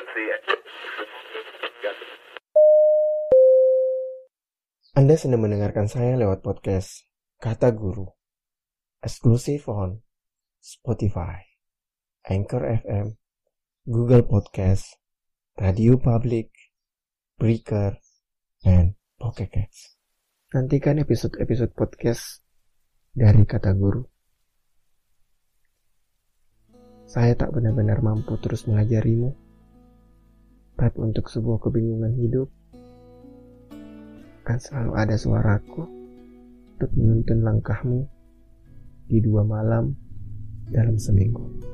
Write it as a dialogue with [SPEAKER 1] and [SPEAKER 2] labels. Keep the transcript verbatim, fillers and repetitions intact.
[SPEAKER 1] Anda sedang mendengarkan saya lewat podcast Kata Guru, eksklusif on Spotify, Anchor F M, Google Podcast, Radio Public, Breaker, dan Pocket Casts. Nantikan episode-episode podcast dari Kata Guru. Saya tak benar-benar mampu terus mengajarimu, tapi untuk sebuah kebingungan hidup, akan selalu ada suaraku untuk menuntun langkahmu di dua malam dalam seminggu.